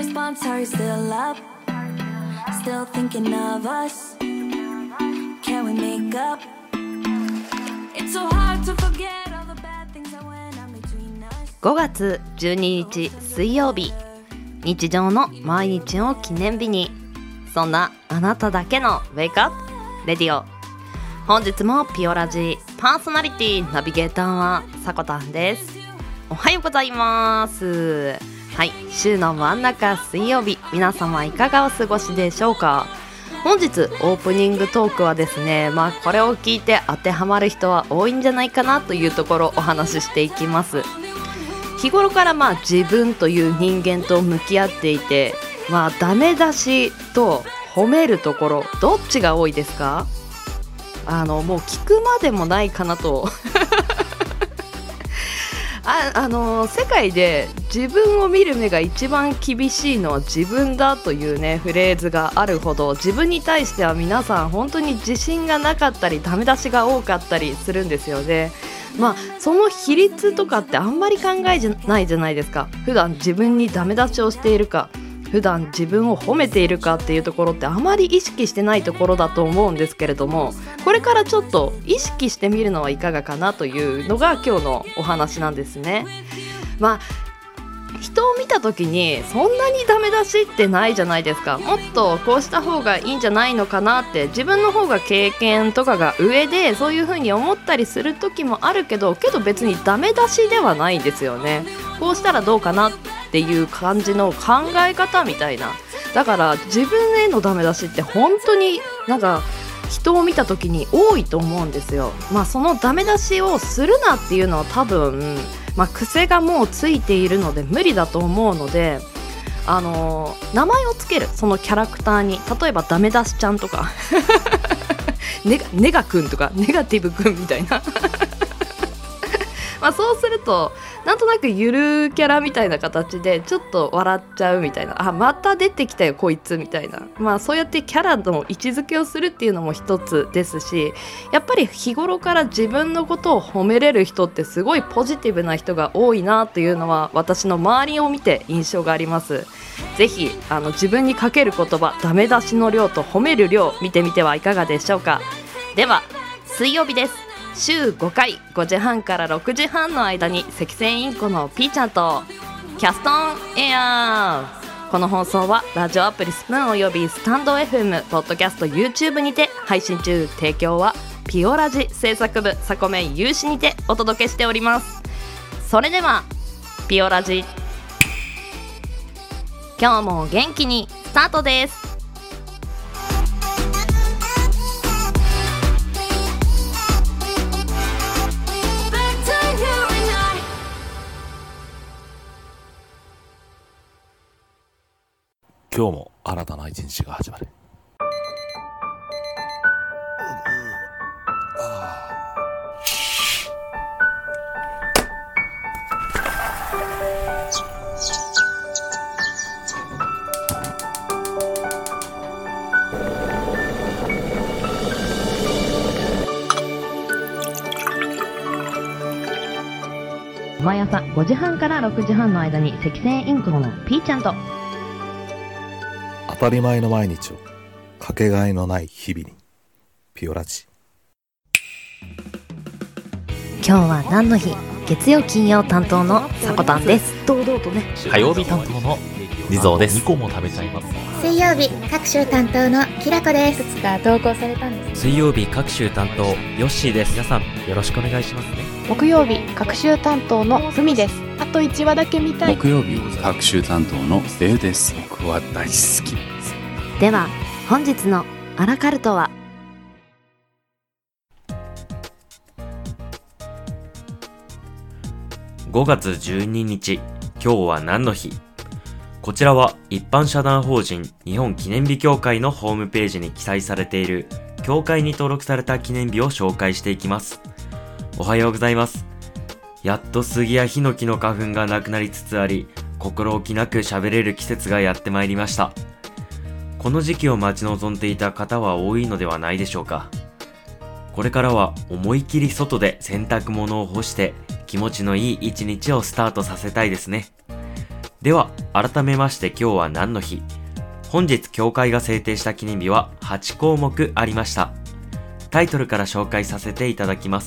response, are you still up? Still thinking of us? Can we make up? It's so hard to forget all the bad things that went on between us. 5月12日水曜日、日常の毎日を記念日に、そんなあなただけのウェイクアップレディオ。本日もピオラジパーソナリティナビゲーターはさこたんです。おはようございます。はい、週の真ん中水曜日、皆様いかがお過ごしでしょうか。本日オープニングトークはですね、これを聞いて当てはまる人は多いんじゃないかなというところをお話ししていきます。日頃から自分という人間と向き合っていて、ダメ出しと褒めるところ、どっちが多いですか？もう聞くまでもないかなと世界で自分を見る目が一番厳しいのは自分だというねフレーズがあるほど、自分に対しては皆さん本当に自信がなかったりダメ出しが多かったりするんですよね。その比率とかってあんまり考えじゃないじゃないですか。普段自分にダメ出しをしているか、普段自分を褒めているかっていうところってあまり意識してないところだと思うんですけれども、これからちょっと意識してみるのはいかがかなというのが今日のお話なんですね。人を見た時にそんなにダメ出しってないじゃないですか。もっとこうした方がいいんじゃないのかなって、自分の方が経験とかが上でそういう風に思ったりする時もあるけど別にダメ出しではないんですよね。こうしたらどうかなっていう感じの考え方みたいな。だから自分へのダメ出しって本当に人を見た時に多いと思うんですよ。そのダメ出しをするなっていうのは多分癖がもうついているので無理だと思うので、名前をつける、そのキャラクターに。例えばダメ出しちゃんとかネガくんとかネガティブくんみたいなそうするとなんとなくゆるキャラみたいな形でちょっと笑っちゃうみたいな、また出てきたよこいつみたいな、そうやってキャラの位置づけをするっていうのも一つですし、やっぱり日頃から自分のことを褒めれる人ってすごいポジティブな人が多いなというのは私の周りを見て印象があります。ぜひ自分にかける言葉、ダメ出しの量と褒める量見てみてはいかがでしょうか。では水曜日です。週5回5時半から6時半の間に赤線インコのピーちゃんとキャストオンエア。この放送はラジオアプリスプーンおよびスタンド FM、 ポッドキャスト YouTube にて配信中。提供はピオラジ制作部サコメン有志にてお届けしております。それではピオラジ、今日も元気にスタートです。 今日も新たな一日が始まる。 毎朝5時半から6時半の間に赤線インコのピーちゃんと当たり前の毎日をかけがえのない日々に。ピオラジ。 今日は何の日？月曜金曜担当のさこたんです。堂々とね。 火曜日担当のリゾーです。2個も食べちゃいます。 水曜日各週担当のきらこです。 2日投稿されたんです。 水曜日各週担当ヨッシーです。皆さんよろしくお願いしますね。 木曜日各週担当のふみです。あと1話だけ見たい。 木曜日各週担当のデウです。僕は大好きです。 では本日のアラカルトは、 5月12日、今日は何の日？こちらは一般社団法人日本記念日協会のホームページに記載されている協会に登録された記念日を紹介していきます。おはようございます。やっと杉やヒノキの花粉がなくなりつつあり、心置きなく喋れる季節がやってまいりました。この時期を待ち望んでいた方は多いのではないでしょうか。これからは思い切り外で洗濯物を干して気持ちのいい一日をスタートさせたいですね。 では改めまして今日は何の日？本日協会が制定した記念日は8項目ありました。タイトルから紹介させていただきます。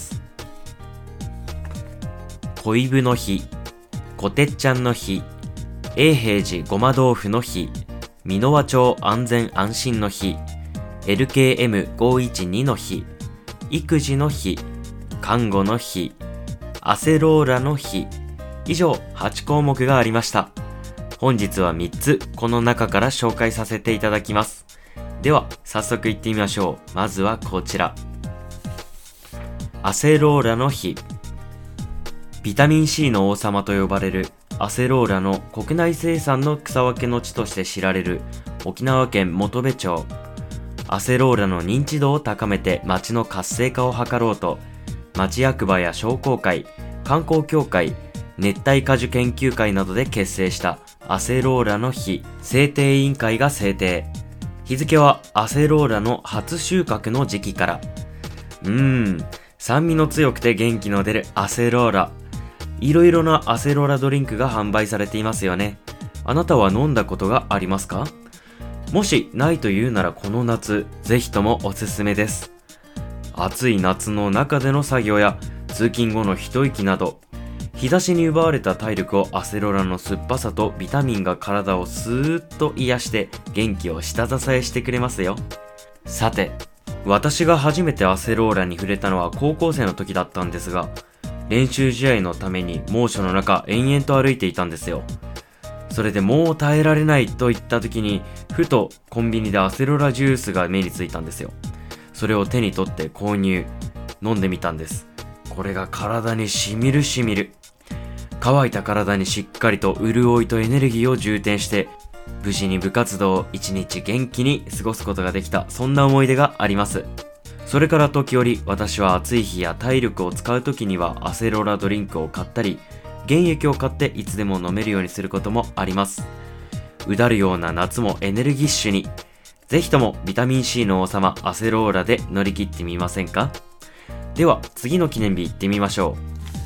小イブの日、こてっちゃんの日、永平寺ごま豆腐の日、箕輪町安全安心の日、LKM512 の日、育児の日、看護の日、アセローラの日、以上8項目がありました。本日は3つこの中から紹介させていただきます。では早速行ってみましょう。まずはこちら。アセローラの日。ビタミン C の王様と呼ばれるアセローラの国内生産の草分けの地として知られる沖縄県本部町。アセローラの認知度を高めて町の活性化を図ろうと、町役場や商工会、観光協会、熱帯果樹研究会などで結成したアセローラの日制定委員会が制定。日付はアセローラの初収穫の時期から。酸味の強くて元気の出るアセローラ。いろいろなアセローラドリンクが販売されていますよね。あなたは飲んだことがありますか？もしないというならこの夏、ぜひともおすすめです。暑い夏の中での作業や通勤後の一息など、日差しに奪われた体力をアセローラの酸っぱさとビタミンが体をスーッと癒して元気を下支えしてくれますよ。さて、私が初めてアセローラに触れたのは高校生の時だったんですが、練習試合のために猛暑の中延々と歩いていたんですよ。それでもう耐えられないといった時に、ふとコンビニでアセローラジュースが目についたんですよ。それを手に取って購入、飲んでみたんです。これが体にしみるしみる。乾いた体にしっかりと潤いとエネルギーを充填して、無事に部活動を一日元気に過ごすことができた、そんな思い出があります。それから時折、私は暑い日や体力を使う時にはアセローラドリンクを買ったり、原液を買っていつでも飲めるようにすることもあります。うだるような夏もエネルギッシュに。ぜひともビタミン C の王様アセローラで乗り切ってみませんか？では次の記念日行ってみましょ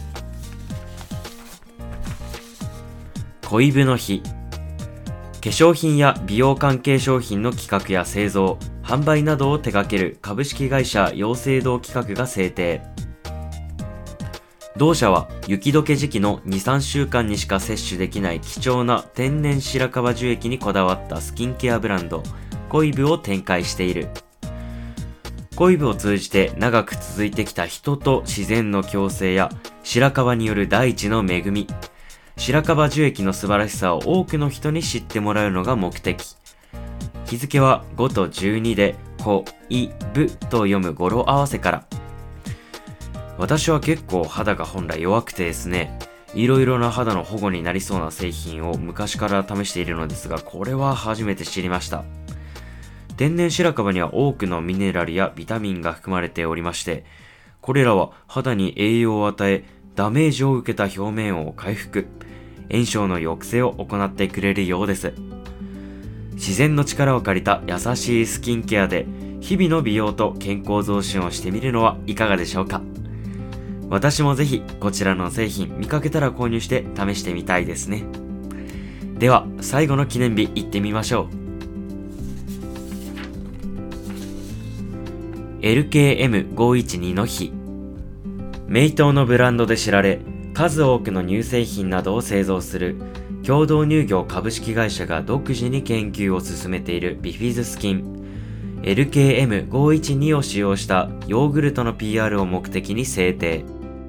う。小イブの日。化粧品や美容関係商品の企画や製造、販売などを手掛ける株式会社養成堂企画が制定。同社は雪解け時期の 2,3 週間にしか摂取できない貴重な天然白樺樹液にこだわったスキンケアブランド小イブを展開している。小イブを通じて長く続いてきた人と自然の共生や白樺による大地の恵み、白樺樹液の素晴らしさを多くの人に知ってもらうのが目的。日付は5と12で小イブと読む語呂合わせから。私は結構肌が本来弱くてですね、いろいろな肌の保護になりそうな製品を昔から試しているのですが、これは初めて知りました。天然白樺には多くのミネラルやビタミンが含まれておりまして、これらは肌に栄養を与え、ダメージを受けた表面を回復、炎症の抑制を行ってくれるようです。自然の力を借りた優しいスキンケアで日々の美容と健康増進をしてみるのはいかがでしょうか。私もぜひこちらの製品見かけたら購入して試してみたいですね。では最後の記念日行ってみましょう。LKM512 の日。メイトーのブランドで知られ、数多くの乳製品などを製造する共同乳業株式会社が独自に研究を進めているビフィズスキン LKM512 を使用したヨーグルトの PR を目的に制定。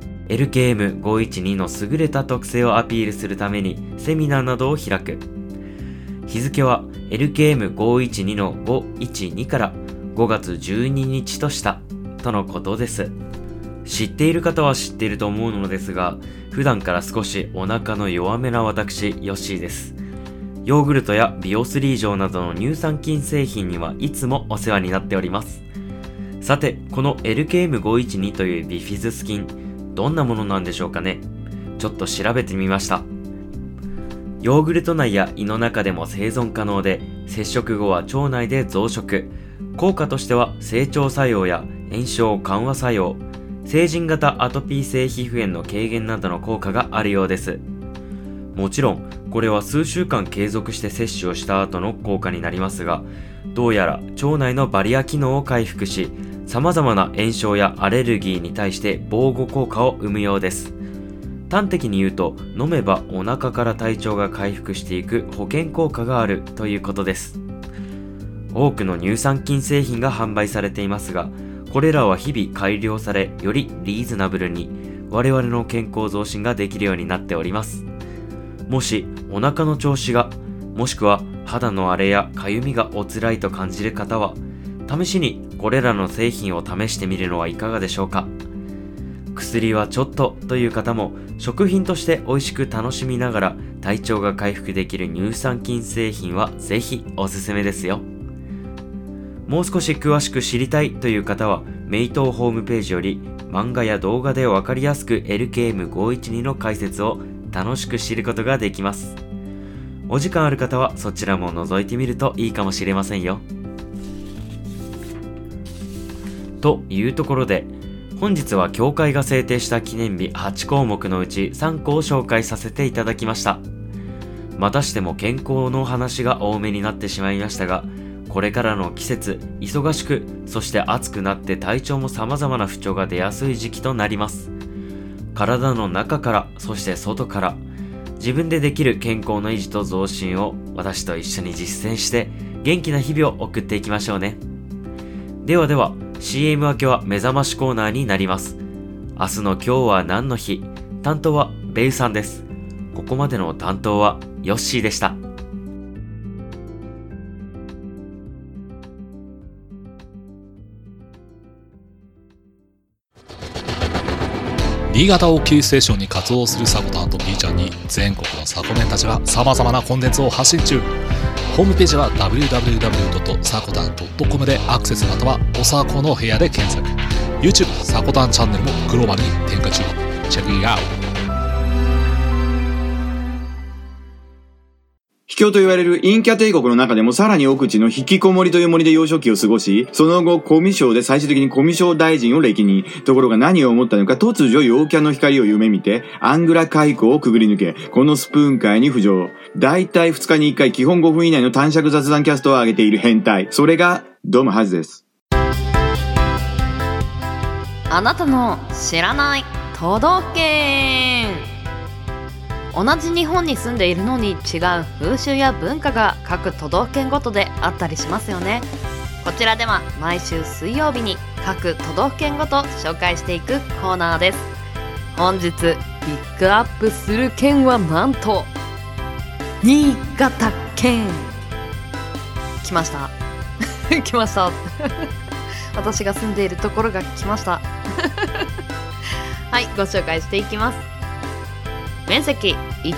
LKM512 の優れた特性をアピールするためにセミナーなどを開く。日付は LKM512 の512から5月12日としたとのことです。知っている方は知っていると思うのですが、普段から少しお腹の弱めな私、ヨッシーです。ヨーグルトやビオスリー錠などの乳酸菌製品にはいつもお世話になっております。さて、この LKM512 というビフィズス菌、どんなものなんでしょうかね。ちょっと調べてみました。ヨーグルト内や胃の中でも生存可能で、摂食後は腸内で増殖。効果としては整腸作用や炎症緩和作用、成人型アトピー性皮膚炎の軽減などの効果があるようです。もちろんこれは数週間継続して摂取をした後の効果になりますが、どうやら腸内のバリア機能を回復し、様々な炎症やアレルギーに対して防護効果を生むようです。端的に言うと、飲めばお腹から体調が回復していく保険効果があるということです。多くの乳酸菌製品が販売されていますが、これらは日々改良され、よりリーズナブルに我々の健康増進ができるようになっております。もしお腹の調子が、もしくは肌の荒れやかゆみがお辛いと感じる方は、試しにこれらの製品を試してみるのはいかがでしょうか。薬はちょっとという方も、食品として美味しく楽しみながら体調が回復できる乳酸菌製品はぜひおすすめですよ。もう少し詳しく知りたいという方は、メイトーホームページより漫画や動画でわかりやすく LKM512 の解説を楽しく知ることができます。お時間ある方はそちらも覗いてみるといいかもしれませんよ。というところで、本日は協会が制定した記念日8項目のうち3個を紹介させていただきました。またしても健康の話が多めになってしまいましたが、これからの季節、忙しく、そして暑くなって体調も様々な不調が出やすい時期となります。体の中から、そして外から、自分でできる健康の維持と増進を私と一緒に実践して、元気な日々を送っていきましょうね。ではでは、CM 明けは目覚ましコーナーになります。明日の今日は何の日？担当はベイさんです。ここまでの担当はヨッシーでした。 新潟をキーステーションに活動するサコタンと B ちゃんに全国のサコメンたちが様々なコンテンツを発信中。ホームページは www.sakotan.com でアクセスまたはおさこの部屋で検索。 YouTube サコタンチャンネルもグローバルに展開中。チェックイットアウト。 秘境と言われるインキャ帝国の中でもさらに奥地の引きこもりという森で幼少期を過ごし、その後コミュ障で最終的にコミュ障大臣を歴任。ところが何を思ったのか、突如陽キャの光を夢見てアングラ海溝をくぐり抜け、このスプーン界に浮上。だいたい2日に1回基本5分以内の短尺雑談キャストを上げている変態。それがドムハズです。 あなたの知らない都道府県。同じ日本に住んでいるのに違う風習や文化が各都道府県ごとであったりしますよね。こちらでは毎週水曜日に各都道府県ごと紹介していくコーナーです。本日ピックアップする県はなんと新潟県。来ました来ました私が住んでいるところが来ましたはい、ご紹介していきます。面積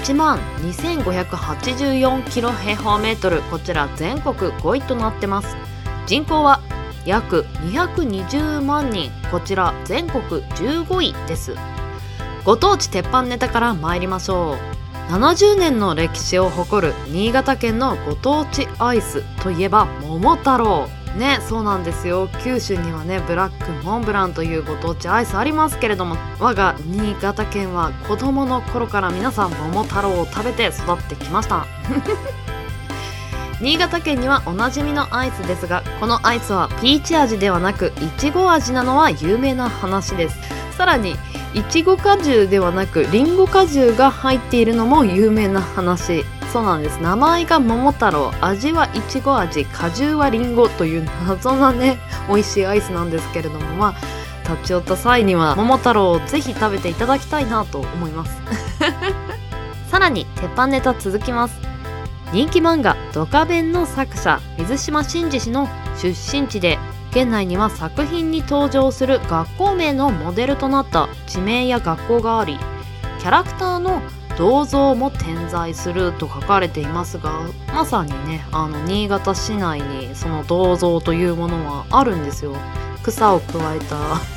12,584 キロ平方メートル、こちら全国5位となってます。人口は約220万人、こちら全国15位です。ご当地鉄板ネタから参りましょう。70年の歴史を誇る新潟県のご当地アイスといえば桃太郎ね。そうなんですよ。九州にはねブラックモンブランというご当地アイスありますけれども、我が新潟県は子供の頃から皆さん桃太郎を食べて育ってきました新潟県にはおなじみのアイスですが、このアイスはピーチ味ではなくいちご味なのは有名な話です。さらにいちご果汁ではなくりんご果汁が入っているのも有名な話。そうなんです。名前が桃太郎、味はいちご味、果汁はりんごという謎なね美味しいアイスなんですけれども、立ち寄った際には桃太郎をぜひ食べていただきたいなと思いますさらに鉄板ネタ続きます。人気漫画ドカベンの作者水島新司氏の出身地で、県内には作品に登場する学校名のモデルとなった地名や学校があり、キャラクターの銅像も点在すると書かれていますが、まさにね新潟市内にその銅像というものはあるんですよ。草をくわえた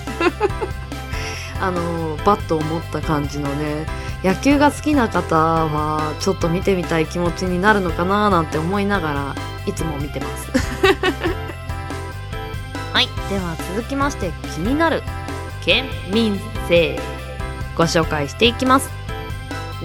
バットを持った感じのね、野球が好きな方はちょっと見てみたい気持ちになるのかななんて思いながらいつも見てますはい、では続きまして気になる県民性ご紹介していきます。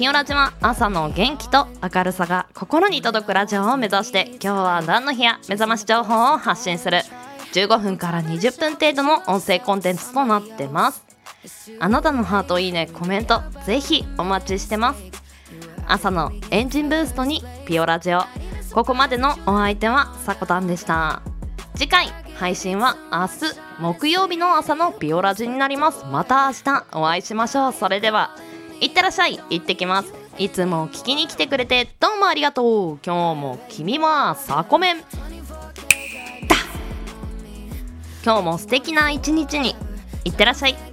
ピオラジは朝の元気と明るさが心に届くラジオを目指して、今日は何の日や目覚まし情報を発信する15分から20分程度の音声コンテンツとなってます。あなたのハート、いいね、コメントぜひお待ちしてます。朝のエンジンブーストにピオラジオ。ここまでのお相手はさこたんでした。次回配信は明日木曜日の朝のピオラジになります。また明日お会いしましょう。それではいってらっしゃい。行ってきます。いつも聞きに来てくれてどうもありがとう。今日も君はサコメンだ。今日も素敵な一日にいってらっしゃい。